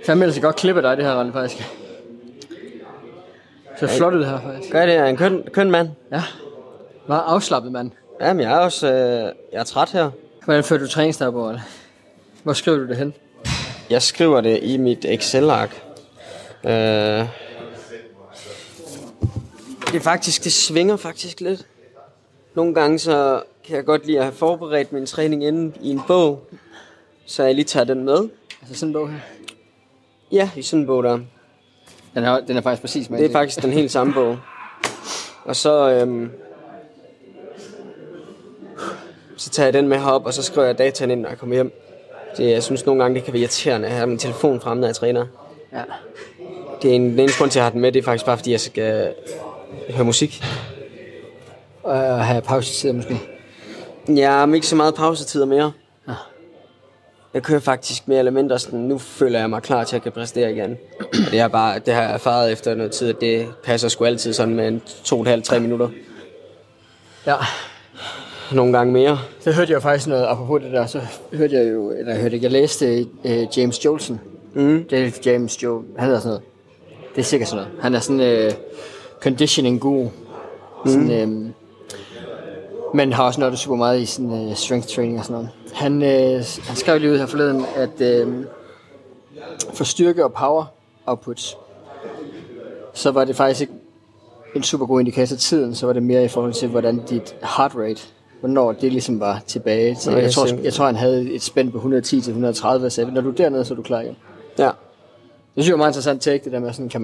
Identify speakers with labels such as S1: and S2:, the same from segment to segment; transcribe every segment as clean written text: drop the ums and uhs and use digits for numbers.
S1: Fandme ellers godt klippe dig, det her rent faktisk. Så flot ud det her, faktisk.
S2: Gør det, jeg er en køn mand.
S1: Ja, meget afslappet mand.
S2: Jamen, jeg er også jeg er træt her.
S1: Hvordan fører du træningsdagbog, eller? Hvor skriver du det hen?
S2: Jeg skriver det i mit Excel-ark. Det er faktisk, det svinger faktisk lidt. Nogle gange så kan jeg godt lide at have forberedt min træning inden i en bog, så jeg lige tager den med.
S1: Altså sådan en bog her?
S2: Ja, i sådan en bog der.
S1: Den er faktisk præcis med.
S2: Det er faktisk den helt samme bog. Og så så tager jeg den med herop, og så skriver jeg dataen ind, når jeg kommer hjem. Jeg synes nogle gange, det kan være irriterende at have min telefon fremme, når jeg træner.
S1: Ja.
S2: Det er den eneste grund til, at jeg har den med, det er faktisk bare, fordi jeg skal høre musik.
S1: Og have pausetider måske?
S2: Ja, men ikke så meget pausetider mere.
S1: Ja.
S2: Jeg kører faktisk mere eller mindre sådan, nu føler jeg mig klar til at kan præstere igen. Og det har jeg erfaret efter noget tid, at det passer sgu altid sådan med 2,5-3 minutter.
S1: Ja.
S2: Nogle gange mere.
S1: Så hørte jeg jo faktisk noget, apropos det der, så hørte jeg jo, jeg læste James Jolson. Det er James Joe, han hedder sådan noget. Det er sikkert sådan noget. Han er sådan conditioning guru. Sådan, men har også noget super meget i sådan strength training og sådan noget. Han skrev lige ud her forleden, at for styrke og power outputs, så var det faktisk ikke en super god indikator af tiden, så var det mere i forhold til, hvordan dit heart rate, hvornår det ligesom var tilbage til. Jeg tror han havde et spænd på 110 til 130, og sagde, når du er dernede, så er du klar igen.
S2: Ja.
S1: Det synes jeg er meget interessant take, det der med sådan, kan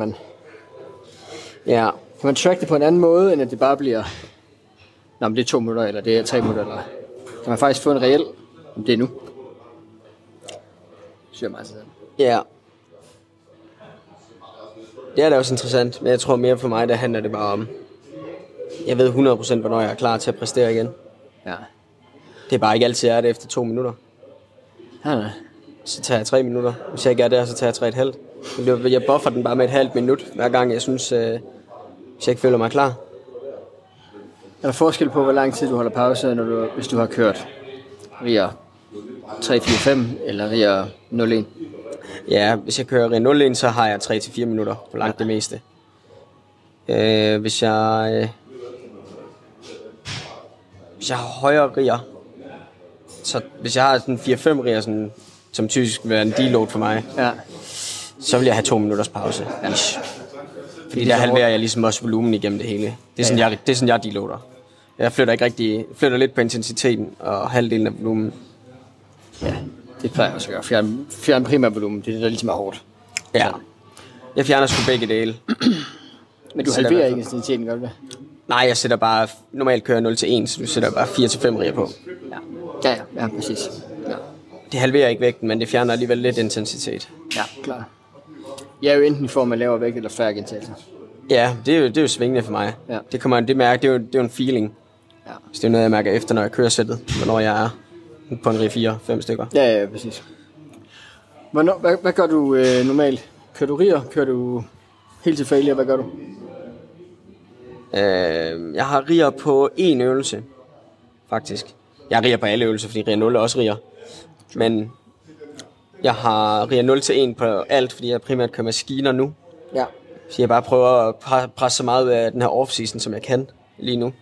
S1: man track det på en anden måde, end at det bare bliver, nå, men det er 2 minutter, eller det er 3 minutter, eller kan man faktisk få en reel, om det er nu. Det synes jeg er meget interessant.
S2: Ja. Det er da også interessant, men jeg tror mere for mig, der handler det bare om, jeg ved 100% hvornår jeg er klar til at præstere igen.
S1: Ja.
S2: Det er bare ikke altid, jeg er det efter 2 minutter.
S1: Ja, nej.
S2: Så tager jeg 3 minutter. Hvis jeg ikke er der, så tager jeg 3,5. Jeg buffer den bare med et halvt minut, hver gang jeg synes, hvis jeg ikke føler mig klar.
S1: Er der forskel på, hvor lang tid du holder pause, hvis du har kørt RIA 3-4-5 eller RIA 0-1?
S2: Ja, hvis jeg kører RIA 0-1, så har jeg 3-4 minutter på langt det meste. Hvis jeg har højere RIA, så hvis jeg har sådan 4-5 RIA, sådan, som typisk vil være en deload for mig, så vil jeg have 2 minutters pause. Ja. Fordi der halverer jeg ligesom også volumen igennem det hele. Det er sådan, jeg deloader. Jeg flytter lidt på intensiteten og halvdelen af volumen.
S1: Ja, det plejer jeg også at gøre. Fjern primær volumen, det er det, der ligesom er hårdt.
S2: Ja. Jeg fjerner sgu begge dele.
S1: Men du halverer ikke intensiteten, gør du det?
S2: Nej, jeg sætter bare, normalt kører 0-1, så du sætter bare 4-5 RIA på.
S1: Ja, præcis. Ja.
S2: Det halverer ikke vægten, men det fjerner alligevel lidt intensitet.
S1: Ja, klart. Jeg er jo enten i form af lavere vægt eller færre gentagelser.
S2: Ja, det er jo svingende for mig. Ja. Det er jo en feeling. Ja. Så det er noget, jeg mærker efter, når jeg kører sættet, hvornår jeg er på en RIA 4-5 stykker.
S1: Ja, præcis. Hvad gør du normalt? Kører du RIA? Kører du helt til failure? Hvad gør du?
S2: Jeg har RIA på én øvelse, faktisk. Jeg har RIA på alle øvelser, fordi RIA 0 er også RIA. Men jeg har RIA 0-1 på alt, fordi jeg primært kører maskiner nu. Ja. Så jeg bare prøver at presse så meget af den her off-season, som jeg kan lige nu.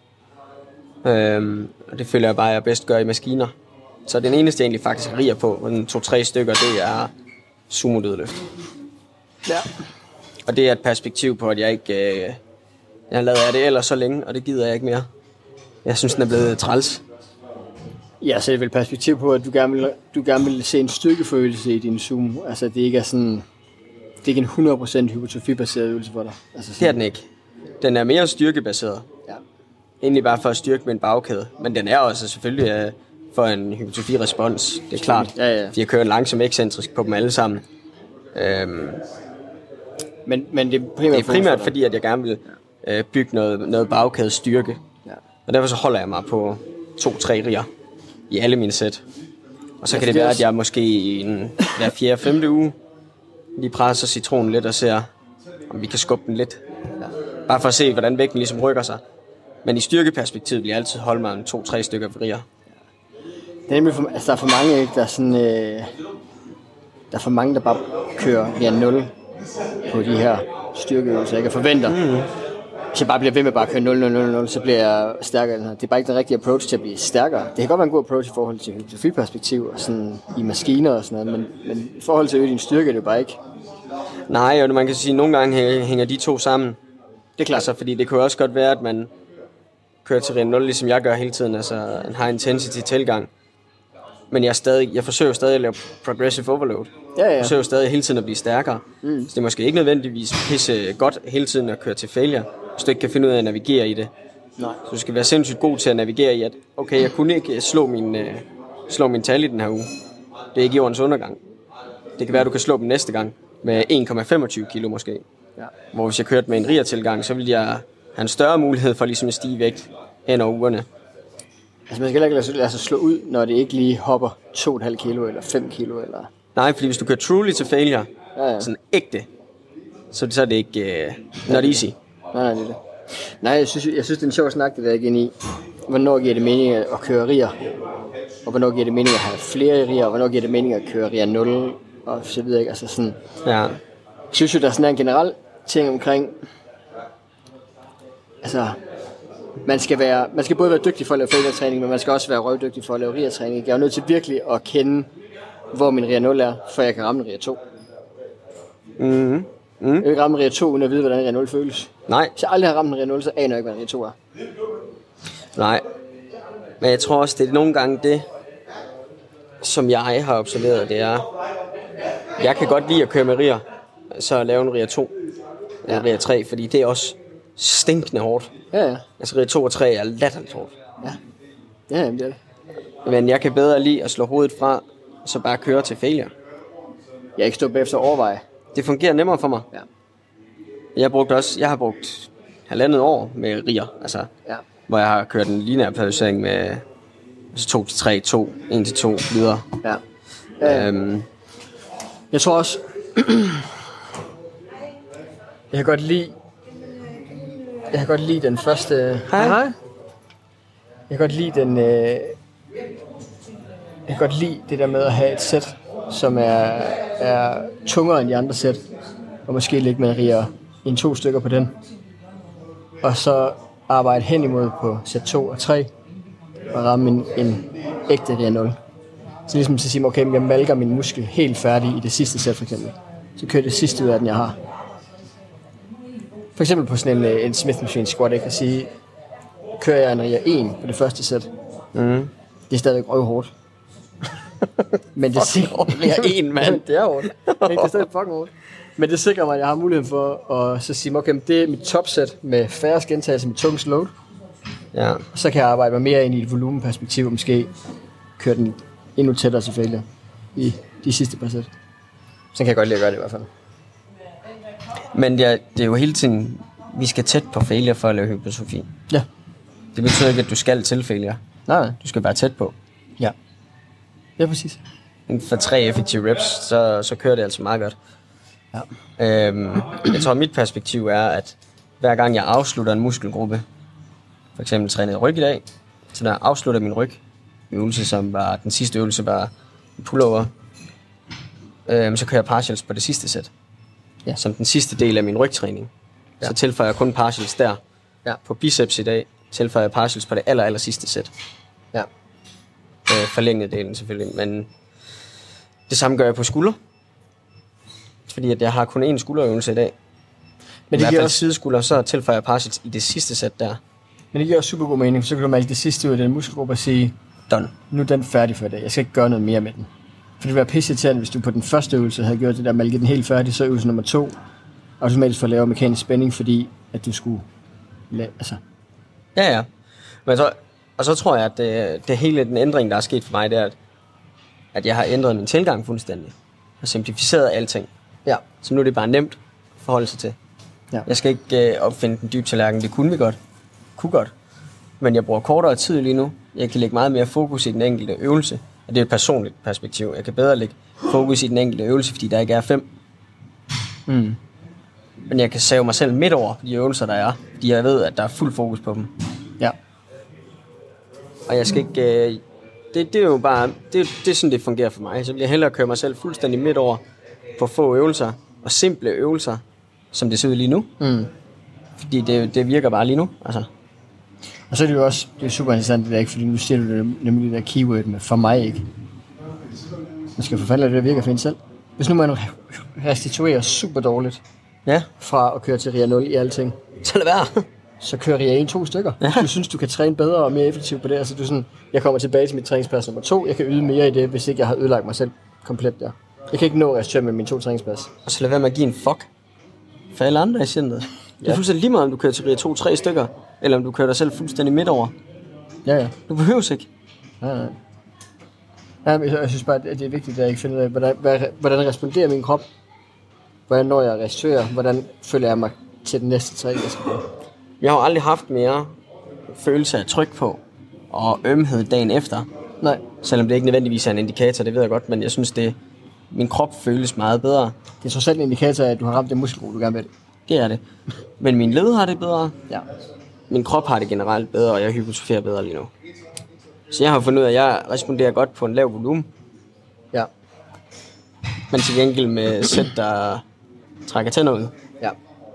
S2: Og det føler jeg bare, at jeg bedst gør i maskiner. Så den eneste, jeg egentlig faktisk har RIA på, 2-3 stykker, det er sumo-dødløft. Ja. Og det er et perspektiv på, at jeg ikke... jeg har lavet af det ellers så længe, og det gider jeg ikke mere. Jeg synes, den er blevet træls.
S1: Ja, så er det vel perspektiv på, at du gerne vil se en styrkeforøgelse i din sumo. Altså, det ikke er sådan... Det er ikke en 100% hypertrofibaseret øvelse for dig. Altså,
S2: det er den ikke. Den er mere styrkebaseret. Ja. Egentlig bare for at styrke med en bagkæde. Men den er også selvfølgelig for en hypertrofirespons. Det er klart. Ja. Fordi jeg kører en langsom ekscentrisk på dem alle sammen.
S1: Men det
S2: er primært fordi, at jeg gerne vil bygge noget bagkæde styrke. Ja. Og derfor så holder jeg mig på 2-3 RIA i alle mine sæt. Og så kan det være, at jeg måske i hver 4-5. uge lige presser citronen lidt og ser, om vi kan skubbe den lidt. Ja. Bare for at se, hvordan vægten ligesom rykker sig. Men i styrkeperspektivet vil jeg altid holde mig en 2-3 stykker RIA.
S1: Det er nemlig der er for mange, ikke, der sådan... der er for mange, der bare kører RIA 0 på de her styrkeøvelser, ikke? Jeg forventer, hvis jeg bare bliver ved med bare at køre 0, så bliver jeg stærkere. Det er bare ikke den rigtige approach til at blive stærkere. Det kan godt være en god approach i forhold til hypertrofi-perspektiv og sådan i maskiner og sådan noget, men i forhold til at øge din styrke, er det jo bare ikke.
S2: Nej, og man kan sige, at nogle gange hænger de to sammen.
S1: Det er klart.
S2: Altså, fordi det kan jo også godt være, at man kører til RIA 0, ligesom jeg gør hele tiden, altså en high intensity tilgang. Men jeg forsøger stadig at lave progressive overload. Jeg forsøger stadig hele tiden at blive stærkere. Så det er måske ikke nødvendigvis pisse godt hele tiden at køre til failure, hvis du ikke kan finde ud af at navigere i det.
S1: Nej.
S2: Så du skal være sindssygt god til at navigere i, at okay, jeg kunne ikke slå min tal i den her uge. Det er ikke jordens undergang. Det kan være, at du kan slå dem næste gang med 1,25 kilo måske.
S1: Ja.
S2: Hvor hvis jeg kørte med en RIA-tilgang, så ville jeg have en større mulighed for ligesom at stige vægt hen over ugerne.
S1: Altså man skal ikke lade sig slå ud, når det ikke lige hopper 2,5 kilo eller 5 kilo eller...
S2: Nej, fordi hvis du kører truly til failure, sådan ægte, så er det ikke not easy.
S1: Nej, det er det. Nej, jeg synes det er en sjov snak, det der ikke ind i. Hvornår giver det mening at køre RIA? Og hvornår giver det mening at have flere RIA? Og hvornår giver det mening at køre RIA 0? Og så videre, ikke? Altså sådan...
S2: Ja.
S1: Jeg synes jo, der er sådan en generel ting omkring... Altså... Man skal både være dygtig for at lave failure-træning, men man skal også være røvdygtig for at lave RIA-træning. Jeg er nødt til virkelig at kende, hvor min RIA 0 er, før jeg kan ramme en RIA 2. Jeg vil ikke ramme en RIA 2, uden at vide, hvordan en RIA 0 føles.
S2: Nej.
S1: Hvis jeg aldrig har ramt en RIA 0, så aner jeg ikke, hvad en RIA 2 er.
S2: Nej. Men jeg tror også, det er nogle gange det, som jeg har observeret, det er, jeg kan godt lide at køre med RIA, så at lave en RIA 2, en RIA 3, fordi det er også stinkende hårdt.
S1: Ja.
S2: Altså RIA 2 og 3 er latterligt hårdt.
S1: Ja, det er det.
S2: Men jeg kan bedre lide at slå hovedet fra, så bare køre til failure.
S1: Jeg ikke stå bagefter og overveje.
S2: Det fungerer nemmere for mig.
S1: Ja.
S2: Jeg har brugt 1,5 år med RIA, altså, hvor jeg har kørt en lineær periodisering med 2-3, 2, 1-2 videre.
S1: Ja. Jeg tror også, jeg kan godt lide den første...
S2: Hej.
S1: Jeg kan godt lide den... Jeg kan godt lide det der med at have et sæt, som er tungere end de andre sæt. Og måske ligge med RIA 1-2 stykker på den. Og så arbejde hen imod på sæt 2 og 3. Og ramme en ægte RIA 0. Så ligesom til at sige, okay, jeg malker min muskel helt færdig i det sidste sæt for eksempel. Så kører det sidste ud af den, jeg har. For eksempel på sådan en Smith Machine Squat, ikke? At sige, kører jeg en RIA 1 på det første sæt. Det er stadigvæk røvhårdt. Men det sikrer
S2: RIA 1, mand.
S1: Det er hårdt. Det er stadig fucking hårdt. Men det sikrer mig, at jeg har muligheden for at så sige, okay, det er mit topsæt med færre gentagelser med tungest load.
S2: Ja.
S1: Så kan jeg arbejde mig mere ind i et volumenperspektiv, og måske køre den endnu tættere til failure i de sidste par sæt. Så kan jeg godt lide at gøre det i hvert fald.
S2: Men det er jo hele tiden, vi skal tæt på failure for at lave hypertrofi. Ja. Det betyder ikke, at du skal til failure. Nej. Du skal være tæt på.
S1: Ja. Ja, præcis.
S2: For 3 effektive reps, så kører det altså meget godt.
S1: Ja.
S2: Jeg tror, mit perspektiv er, at hver gang jeg afslutter en muskelgruppe, for eksempel trænede ryg i dag, så når jeg afslutter min rygøvelse, som var den sidste øvelse, var pullover, så kører jeg partials på det sidste sæt. Ja. Som den sidste del af min rygtræning. Ja. Så tilføjer jeg kun partials der. Ja. På biceps i dag tilføjer jeg partials på det aller sidste sæt. Ja. Forlænget delen selvfølgelig, men det samme gør jeg på skulder. Fordi at jeg har kun én skulderøvelse i dag. Men det i hvert fald også sideskulder, så tilføjer jeg partials i det sidste sæt der.
S1: Men det giver også super god mening, for så kan du mærke det sidste ud af den muskelgruppe og sige,
S2: done.
S1: Nu er den færdig for i dag. Jeg skal ikke gøre noget mere med den. For det ville være pisseirriterende, hvis du på den første øvelse havde gjort det der, malket den helt færdig, så øvelse nummer 2, automatisk for at lave mekanisk spænding, fordi at du skulle altså.
S2: Ja. Men så tror jeg, at det hele den ændring, der er sket for mig, det er, at jeg har ændret min tilgang fuldstændig. Og simplificeret alting. Ja. Så nu er det bare nemt at forholde sig til. Ja. Jeg skal ikke opfinde den dybe tallerken. Det kunne vi godt. Men jeg bruger kortere tid lige nu. Jeg kan lægge meget mere fokus i den enkelte øvelse. Og det er et personligt perspektiv. Jeg kan bedre lægge fokus i den enkelte øvelse, fordi der ikke er 5. Men jeg kan save mig selv midt over de øvelser, der er. Fordi jeg ved, at der er fuld fokus på dem. Ja. Og jeg skal ikke... det er jo bare, det er sådan, det fungerer for mig. Så vil jeg hellere køre mig selv fuldstændig midt over på få øvelser, og simple øvelser, som det ser ud lige nu. Fordi det virker bare lige nu, altså.
S1: Og så er det jo også, det er super interessant det der, ikke? Fordi nu siger du det, nemlig det der keyword med, for mig ikke. Man skal forfalde det, der virker fint selv. Hvis nu man restituerer super dårligt, fra at køre til RIA 0 i alting,
S2: så lad være.
S1: Så kører RIA 1 2 stykker. Ja. Du synes, du kan træne bedre og mere effektivt på det. Altså, du sådan, jeg kommer tilbage til mit træningspas nummer 2. Jeg kan yde mere i det, hvis ikke jeg har ødelagt mig selv komplet der. Jeg kan ikke nå at restituere med mine 2 træningspas.
S2: Og så lad være med at give en fuck for alle andre i sindet. Det er fuldstændig lige meget, om du kører til RIA 2-3 stykker, eller om du kører dig selv fuldstændig midt over.
S1: Ja.
S2: Du behøves ikke.
S1: Nej. Ja, men jeg synes bare, at det er vigtigt, at jeg ikke finder ud af, hvordan responderer min krop? Hvordan når jeg restituerer? Hvordan føler jeg mig til den næste træning, jeg skal gøre?
S2: Jeg har aldrig haft mere følelse af tryk på og ømhed dagen efter.
S1: Nej.
S2: Selvom det ikke nødvendigvis er en indikator, det ved jeg godt, men jeg synes, min krop føles meget bedre.
S1: Det er trods alt en indikator af, at du har ramt den muskelgruppe, du gerne vil.
S2: Det er det. Men min led har det bedre.
S1: Ja.
S2: Min krop har det generelt bedre, og jeg hypotroferer bedre lige nu. Så jeg har fundet ud af, at jeg responderer godt på en lav volumen.
S1: Ja.
S2: Men til gengæld med sæt, der trækker tænder ud.
S1: Ja.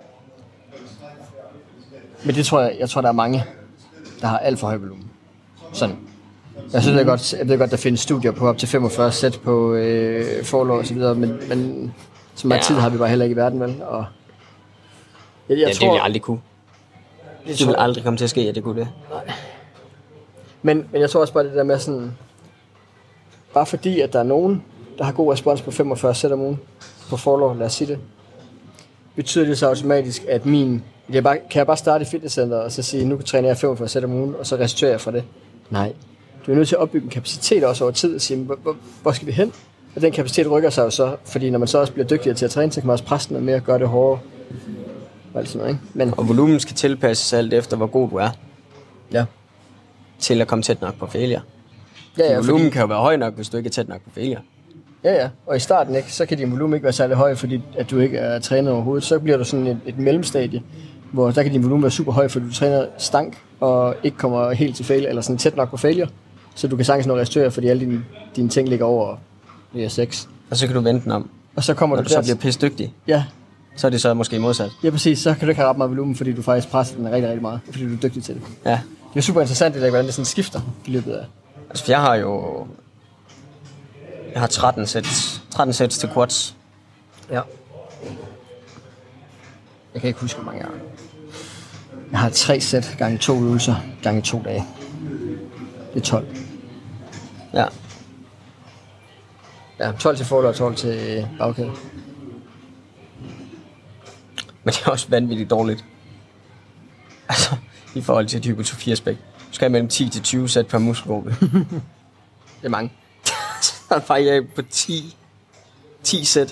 S1: Men det tror jeg tror, der er mange, der har alt for høj volumen. Sådan. Jeg synes, jeg ved godt, der findes studier på op til 45 sæt på forlov og så videre, men så meget tid har vi bare heller ikke i verden, vel? Og jeg tror,
S2: det vil jeg aldrig kunne. Det vil aldrig komme til at ske, at det kunne det.
S1: Nej. Men jeg tror også bare det der med sådan, bare fordi, at der er nogen, der har god respons på 45 sæt om ugen på forlov, lad os sige det, betyder det så automatisk, at kan jeg bare starte i fitnesscenteret og så sige, nu træner jeg 45 sæt om ugen, og så restituerer jeg fra det? Nej. Du er nødt til at opbygge en kapacitet også over tid og sige, hvor skal vi hen? Og den kapacitet rykker sig jo så, fordi når man så også bliver dygtigere til at træne, så kan man også presse den mere og gøre det hårdere. Og alt sådan noget, ikke? Men
S2: og volumen skal tilpasses alt efter, hvor god du er.
S1: Ja.
S2: Til at komme tæt nok på failure.
S1: Ja,
S2: volumen kan jo være høj nok, hvis du ikke er tæt nok på failure.
S1: Ja. Og i starten ikke, så kan din volumen ikke være særlig høj, fordi at du ikke er trænet overhovedet. Så bliver du sådan et mellemstadie, hvor der kan din volumen være super høj, fordi du træner stank og ikke kommer helt til failure, eller sådan tæt nok på failure. Så du kan sagtens nå at restituere, fordi alle dine ting ligger over 6.
S2: Og så kan du vente den om.
S1: Og så kommer
S2: når du så bliver pisse dygtig.
S1: Ja.
S2: Så er det så måske modsat.
S1: Ja, præcis. Så kan du ikke have ret meget volumen, fordi du faktisk presser den rigtig, rigtig meget, fordi du er dygtig til det.
S2: Ja.
S1: Det er super interessant, det der, hvordan det sådan skifter i løbet af.
S2: Altså, jeg har 13 sæt til quads.
S1: Ja. Jeg kan ikke huske, hvor mange jeg har. Jeg har 3 sæt gange 2 øvelser gange 2 dage. Det er 12.
S2: Ja.
S1: Ja, 12 til forlov og 12 til bagkæde.
S2: Men det er også vanvittigt dårligt. Altså, i forhold til et hypotrofi-aspekt. Du skal have mellem 10 til 20 sæt per muskelgruppe.
S1: Det er mange.
S2: Så er jeg på 10 sæt.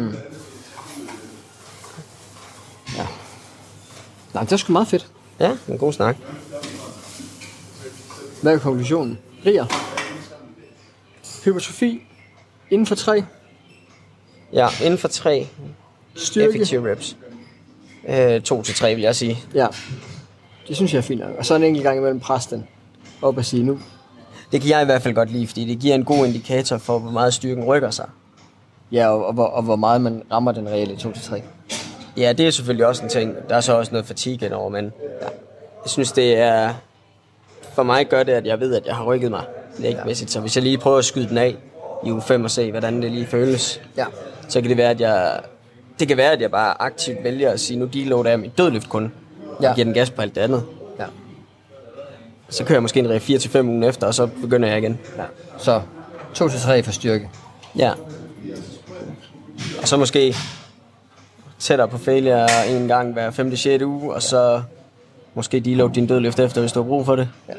S1: Ja. Nej, det er sgu meget fedt.
S2: Ja, en god snak.
S1: Hvad er konklusionen? RIA. Hypertrofi. Inden for 3.
S2: Ja, inden for 3
S1: styrke.
S2: Effective reps. 2 til 3 vil jeg sige.
S1: Ja, det synes jeg er fint nok. Og så en enkelt gang imellem pres den op og sige nu.
S2: Det kan jeg i hvert fald godt lide, fordi det giver en god indikator for, hvor meget styrken rykker sig.
S1: Ja, og hvor meget man rammer den reelle 2 til 3.
S2: Ja, det er selvfølgelig også en ting. Der er så også noget fatigue indover, men ja, jeg synes, det er... For mig gør det, at jeg ved, at jeg har rykket mig lægmæssigt. Så hvis jeg lige prøver at skyde den af i uge 5 og se, hvordan det lige føles, så kan det være, at jeg bare aktivt vælger at sige, nu deloader jeg mit dødløft kun, og giver den gas på alt det andet.
S1: Ja.
S2: Så kører jeg måske en RIA 4 til 5 ugen efter, og så begynder jeg igen.
S1: Ja. Så 2 til 3 for styrke.
S2: Ja. Og så måske tættere på failure en gang hver 5. 6. uge, og så måske deload din dødløft efter, hvis du har brug for det. Ja.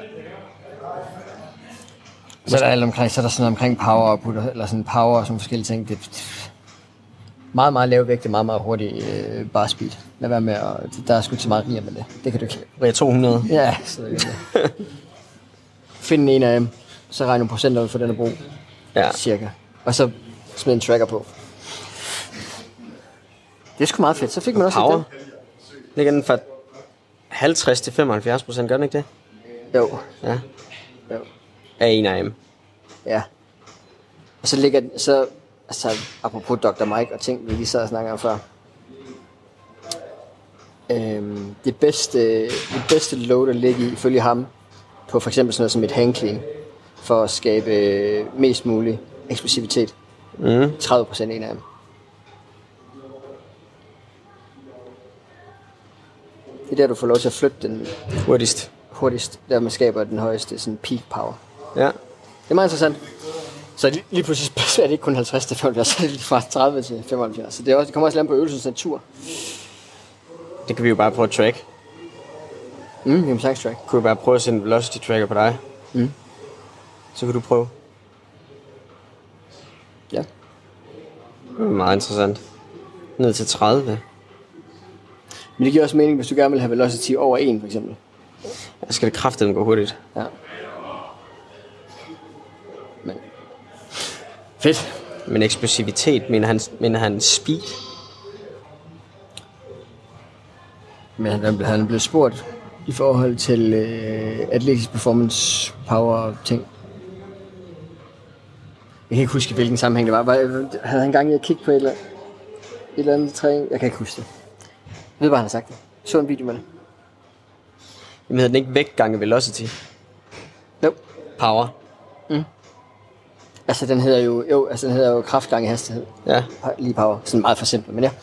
S1: Så er der alt omkring, så er der sådan omkring power output, eller sådan power og sådan forskellige ting. Det meget, meget lave vægte, meget, meget hurtig bar speed. Lad være med at... Der er sgu til meget RIA med det. Det kan du ikke.
S2: RIA 200.
S1: Ja, så find en af dem, så regn nogle procenter ud for den at bruge.
S2: Ja.
S1: Cirka. Og så smid en tracker på. Det er sgu meget fedt. Så fik man også
S2: power. Ligger den fra 50 til 75%, gør den ikke det?
S1: Jo.
S2: Ja.
S1: Jo.
S2: Af en af dem.
S1: Ja. Og så ligger så, altså apropos Dr. Mike og ting, vi lige sad og snakkede om før. Det bedste load at ligge i, ifølge ham, på for eksempel sådan noget som et hang clean, for at skabe mest mulig eksplosivitet. 30% en af dem. Det er der, du får lov til at flytte den hurtigst, der man skaber den højeste sådan peak power.
S2: Ja.
S1: Det er meget interessant. Så lige pludselig er det ikke kun 50 til 75, så er det lige fra 30 til 75. Så det kommer også langt på øvelsens natur.
S2: Det kan vi jo bare prøve at track.
S1: Vi kan sagtens track.
S2: Kunne vi bare prøve at sende en velocity tracker på dig? Så kan du prøve.
S1: Ja.
S2: Det er meget interessant. Ned til 30.
S1: Men det giver også mening, hvis du gerne vil have velocity over 1, for eksempel.
S2: Jeg skal det kraftedeme gå hurtigt.
S1: Ja. Men fedt.
S2: Men eksplosivitet, mener han speed?
S1: Men han er blevet spurgt i forhold til atletisk performance, power ting. Jeg kan ikke huske, hvilken sammenhæng det var. Havde han engang jeg kigge på et eller andet træning? Jeg kan ikke huske det. Jeg ved bare, han har sagt det. Jeg så en video med det.
S2: Jamen hedder den ikke vægt gange velocity?
S1: Nope.
S2: Power.
S1: Altså den hedder jo kraft gange hastighed.
S2: Ja.
S1: Lige power. Sådan meget for simpelt, men ja.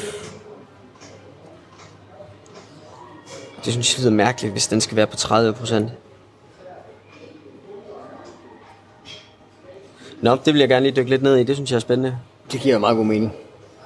S2: Det synes jeg lyder mærkeligt, hvis den skal være på 30%. Nå, det vil jeg gerne lige dykke lidt ned i. Det synes jeg er spændende.
S1: Det giver meget god mening.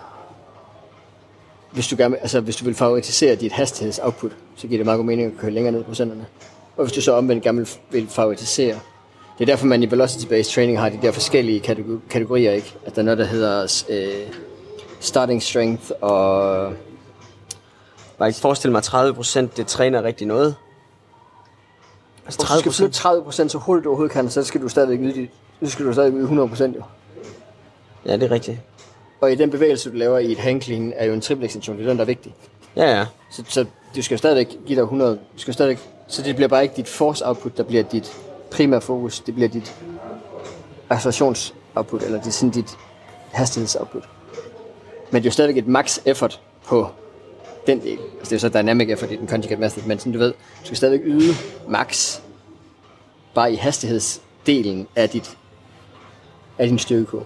S1: Hvis du vil favoritisere dit hastighedsoutput, så giver det meget god mening at køre længere ned i procenterne. Og hvis du så omvendt gerne vil favoritisere. Det er derfor, man i velocity-based training har de der forskellige kategorier, ikke? At der er noget, der hedder starting strength og...
S2: Bare ikke forestille mig, 30% det træner rigtig noget.
S1: Altså 30%. Hvis du skal flytte 30% så hurtigt du overhovedet kan, så skal du stadigvæk yde 100% jo.
S2: Ja, det er rigtigt.
S1: Og i den bevægelse, du laver i et hang clean, er jo en triple ekstension. Det er den, der er vigtig.
S2: Ja.
S1: Så du skal jo stadigvæk give dig 100. Du skal stadigvæk, så det bliver bare ikke dit force output, der bliver dit primære fokus. Det bliver dit accelerationsoutput, eller det er sådan dit hastighedsoutput. Men det er jo stadigvæk et max effort på den del. Altså det er jo så dynamic effort i den conjugate method, men sådan du ved, du skal stadigvæk yde max bare i hastighedsdelen af din styrkekurve.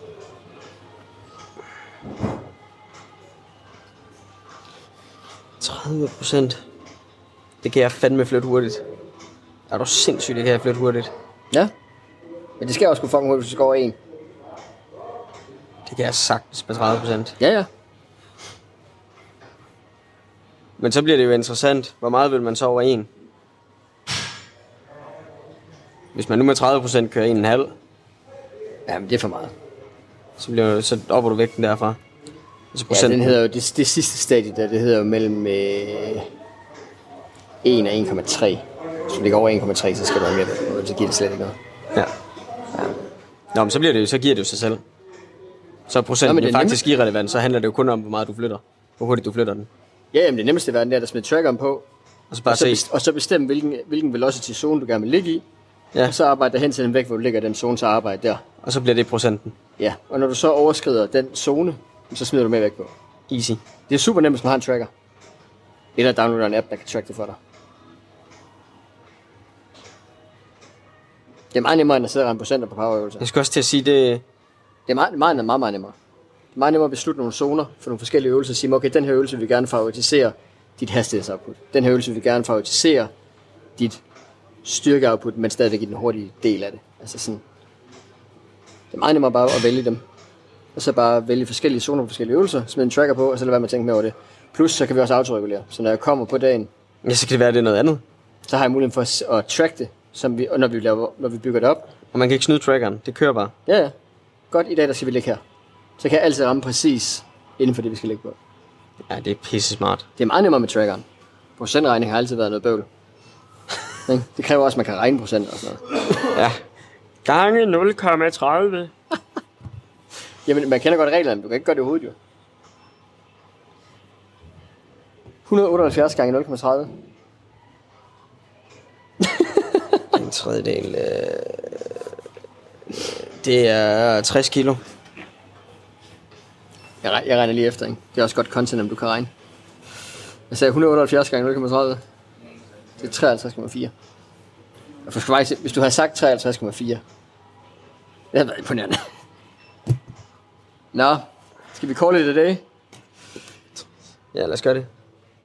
S2: Det kan jeg fandme flytte hurtigt. Er du sindssygt, det kan jeg flytte hurtigt.
S1: Ja. Men det skal også kunne fucking hurtigt, hvis du skal over 1.
S2: Det kan jeg sagtens med 30%.
S1: Ja.
S2: Men så bliver det jo interessant. Hvor meget vil man så over 1? Hvis man nu med 30% kører 1,5.
S1: Jamen, det er for meget.
S2: Så opper du vægten derfra.
S1: Ja, den hedder jo, det sidste stadie der, det hedder jo mellem 1 og 1,3. Hvis du ligger over 1,3, så skal du have mere, så giver det slet ikke noget.
S2: Ja. Nå, men så giver det jo sig selv. Så procenten er faktisk irrelevant, så handler det jo kun om, hvor meget du flytter. Hvor hurtigt du flytter den.
S1: Ja, jamen det nemmeste er at være der smider trackeren på, og så bestemme, hvilken velocity zone du gerne vil ligge i. Ja. Og så arbejde derhen til den vægt, hvor du ligger den zone, så arbejde der.
S2: Og så bliver det procenten.
S1: Ja, og når du så overskrider den zone, så smider du mere vægt på.
S2: Easy.
S1: Det er super nemt, hvis man har en tracker. Eller downloader en app, der kan track det for dig. Det er meget nemmere, end at sidde og regne procenter på powerøvelser.
S2: Jeg skal også til at sige, det
S1: er meget nemmere. Det er meget nemmere at beslutte nogle zoner for nogle forskellige øvelser. Og sige, okay, den her øvelse vil gerne favoritisere dit hastighedsoutput. Den her øvelse vil gerne favoritisere dit styrkeoutput, men stadigvæk i den hurtige del af det. Altså sådan. Det er meget nemmere bare at vælge dem. Og så bare vælge forskellige zoner på forskellige øvelser, smide en tracker på, og så lade være med at tænke mere over det. Plus, så kan vi også autoregulere. Så når jeg kommer på dagen,
S2: ja, så kan det være, det er noget andet.
S1: Så har jeg muligheden for at track det, når vi bygger det op.
S2: Og man kan ikke snyde trackeren, det kører bare.
S1: Ja. Godt, i dag der skal vi ligge her. Så kan jeg altid ramme præcis inden for det, vi skal ligge på.
S2: Ja, det er pisse smart.
S1: Det er meget nemmere med trackeren. Procentregning har altid været noget bøvl. Det kræver også, at man kan regne procent og sådan noget.
S2: Ja. Gange 0,30.
S1: Jamen, man kender godt reglerne. Du kan ikke gøre det i hovedet, jo. 178 gange 0,30.
S2: En tredjedel. Det er 60 kilo.
S1: Jeg regner lige efter, ikke? Det er også godt content, om du kan regne. Jeg sagde 178 gange 0,30. Det er 53,4. Hvis du havde sagt 53,4. Det havde været imponerende. Nå, skal vi call it a day?
S2: Ja, lad os gøre det.